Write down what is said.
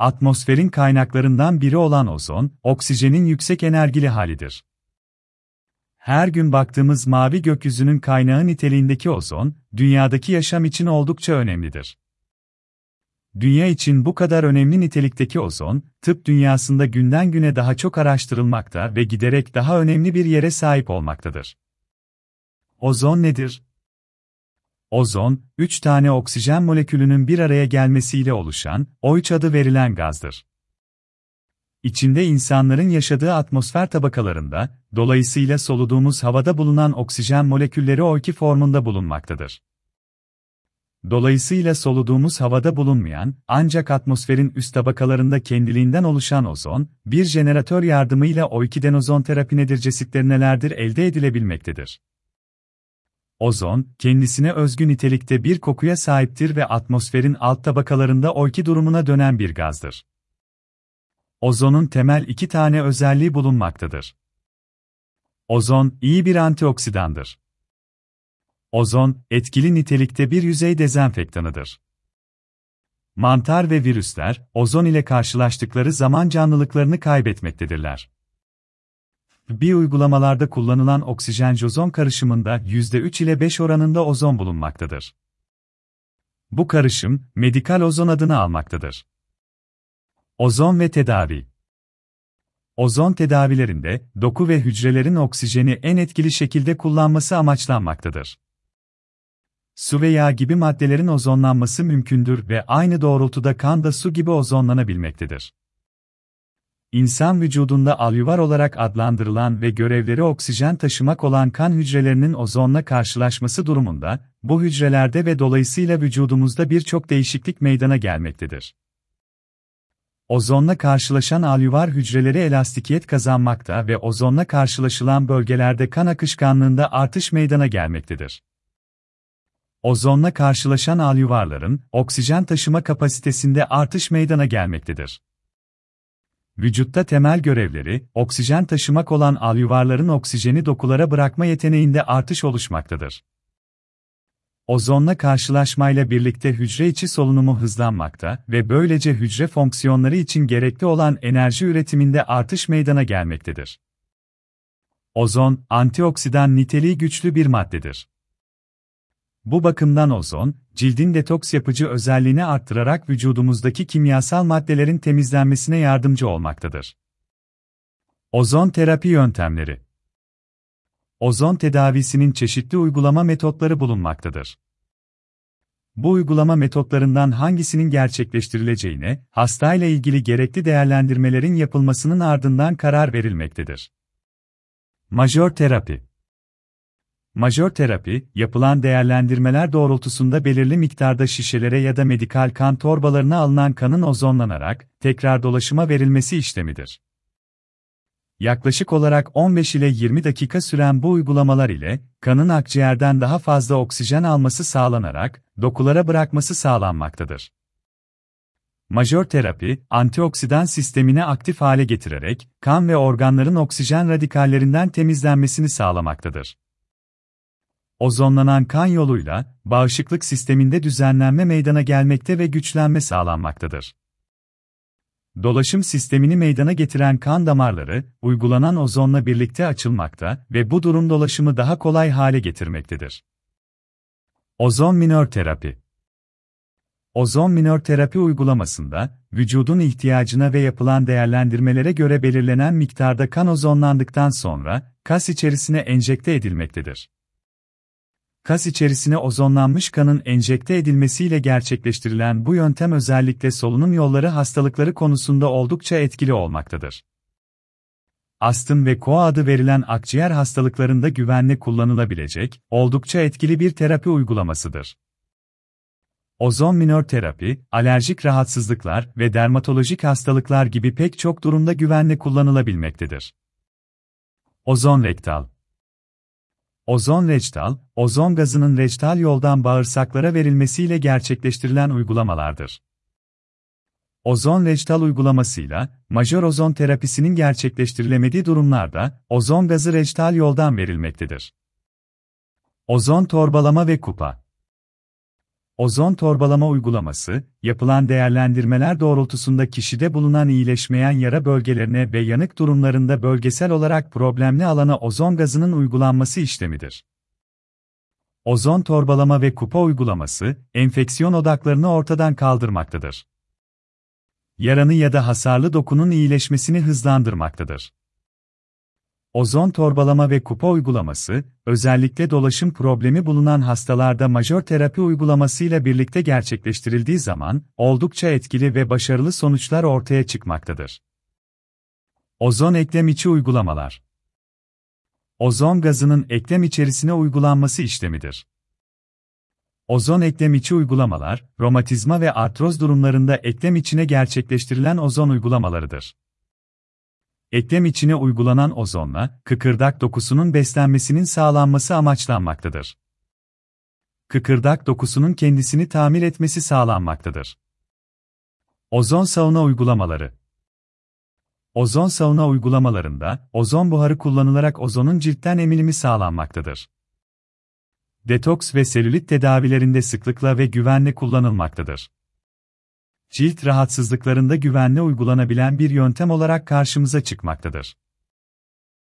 atmosferin kaynaklarından biri olan ozon, oksijenin yüksek enerjili halidir. Her gün baktığımız mavi gökyüzünün kaynağı niteliğindeki ozon, dünyadaki yaşam için oldukça önemlidir. Dünya için bu kadar önemli nitelikteki ozon, tıp dünyasında günden güne daha çok araştırılmakta ve giderek daha önemli bir yere sahip olmaktadır. Ozon nedir? Ozon, 3 tane oksijen molekülünün bir araya gelmesiyle oluşan, O3 adı verilen gazdır. İçinde insanların yaşadığı atmosfer tabakalarında, dolayısıyla soluduğumuz havada bulunan oksijen molekülleri O2 formunda bulunmaktadır. Dolayısıyla soluduğumuz havada bulunmayan, ancak atmosferin üst tabakalarında kendiliğinden oluşan ozon, bir jeneratör yardımıyla O2'den ozon terapi nedircesitleri nelerdir elde edilebilmektedir. Ozon, kendisine özgü nitelikte bir kokuya sahiptir ve atmosferin alt tabakalarında O2 durumuna dönen bir gazdır. Ozonun temel 2 tane özelliği bulunmaktadır. Ozon, iyi bir antioksidandır. Ozon, etkili nitelikte bir yüzey dezenfektanıdır. Mantar ve virüsler, ozon ile karşılaştıkları zaman canlılıklarını kaybetmektedirler. Uygulamalarda kullanılan oksijen-ozon karışımında %3 ile 5 oranında ozon bulunmaktadır. Bu karışım, medikal ozon adını almaktadır. Ozon ve tedavi. Ozon tedavilerinde, doku ve hücrelerin oksijeni en etkili şekilde kullanması amaçlanmaktadır. Su ve yağ gibi maddelerin ozonlanması mümkündür ve aynı doğrultuda kan da su gibi ozonlanabilmektedir. İnsan vücudunda alüvar olarak adlandırılan ve görevleri oksijen taşımak olan kan hücrelerinin ozonla karşılaşması durumunda, bu hücrelerde ve dolayısıyla vücudumuzda birçok değişiklik meydana gelmektedir. Ozonla karşılaşan alüvar hücreleri elastikiyet kazanmakta ve ozonla karşılaşılan bölgelerde kan akışkanlığında artış meydana gelmektedir. Ozonla karşılaşan alüvarların, oksijen taşıma kapasitesinde artış meydana gelmektedir. Vücutta temel görevleri, oksijen taşımak olan alüvarların oksijeni dokulara bırakma yeteneğinde artış oluşmaktadır. Ozonla karşılaşmayla birlikte hücre içi solunumu hızlanmakta ve böylece hücre fonksiyonları için gerekli olan enerji üretiminde artış meydana gelmektedir. Ozon, antioksidan niteliği güçlü bir maddedir. Bu bakımdan ozon, cildin detoks yapıcı özelliğini arttırarak vücudumuzdaki kimyasal maddelerin temizlenmesine yardımcı olmaktadır. Ozon terapi yöntemleri. Ozon tedavisinin çeşitli uygulama metotları bulunmaktadır. Bu uygulama metotlarından hangisinin gerçekleştirileceğine, hastayla ilgili gerekli değerlendirmelerin yapılmasının ardından karar verilmektedir. Majör terapi. Majör terapi, yapılan değerlendirmeler doğrultusunda belirli miktarda şişelere ya da medikal kan torbalarına alınan kanın ozonlanarak, tekrar dolaşıma verilmesi işlemidir. Yaklaşık olarak 15 ile 20 dakika süren bu uygulamalar ile, kanın akciğerden daha fazla oksijen alması sağlanarak, dokulara bırakması sağlanmaktadır. Majör terapi, antioksidan sistemini aktif hale getirerek, kan ve organların oksijen radikallerinden temizlenmesini sağlamaktadır. Ozonlanan kan yoluyla, bağışıklık sisteminde düzenlenme meydana gelmekte ve güçlenme sağlanmaktadır. Dolaşım sistemini meydana getiren kan damarları, uygulanan ozonla birlikte açılmakta ve bu durum dolaşımı daha kolay hale getirmektedir. Ozon minör terapi. Ozon minör terapi uygulamasında, vücudun ihtiyacına ve yapılan değerlendirmelere göre belirlenen miktarda kan ozonlandıktan sonra, kas içerisine enjekte edilmektedir. Kas içerisine ozonlanmış kanın enjekte edilmesiyle gerçekleştirilen bu yöntem özellikle solunum yolları hastalıkları konusunda oldukça etkili olmaktadır. Astım ve KOA adı verilen akciğer hastalıklarında güvenle kullanılabilecek, oldukça etkili bir terapi uygulamasıdır. Ozon minör terapi, alerjik rahatsızlıklar ve dermatolojik hastalıklar gibi pek çok durumda güvenle kullanılabilmektedir. Ozon rektal. Ozon reçtal, ozon gazının reçtal yoldan bağırsaklara verilmesiyle gerçekleştirilen uygulamalardır. Ozon reçtal uygulamasıyla, majör ozon terapisinin gerçekleştirilemediği durumlarda, ozon gazı reçtal yoldan verilmektedir. Ozon torbalama ve kupa. Ozon torbalama uygulaması, yapılan değerlendirmeler doğrultusunda kişide bulunan iyileşmeyen yara bölgelerine ve yanık durumlarında bölgesel olarak problemli alana ozon gazının uygulanması işlemidir. Ozon torbalama ve kupa uygulaması, enfeksiyon odaklarını ortadan kaldırmaktadır. Yaranı ya da hasarlı dokunun iyileşmesini hızlandırmaktadır. Ozon torbalama ve kupa uygulaması, özellikle dolaşım problemi bulunan hastalarda majör terapi uygulamasıyla birlikte gerçekleştirildiği zaman, oldukça etkili ve başarılı sonuçlar ortaya çıkmaktadır. Ozon eklem içi uygulamalar. Ozon gazının eklem içerisine uygulanması işlemidir. Ozon eklem içi uygulamalar, romatizma ve artroz durumlarında eklem içine gerçekleştirilen ozon uygulamalarıdır. Eklem içine uygulanan ozonla, kıkırdak dokusunun beslenmesinin sağlanması amaçlanmaktadır. Kıkırdak dokusunun kendisini tamir etmesi sağlanmaktadır. Ozon sauna uygulamaları. Ozon sauna uygulamalarında, ozon buharı kullanılarak ozonun ciltten emilimi sağlanmaktadır. Detoks ve selülit tedavilerinde sıklıkla ve güvenle kullanılmaktadır. Cilt rahatsızlıklarında güvenle uygulanabilen bir yöntem olarak karşımıza çıkmaktadır.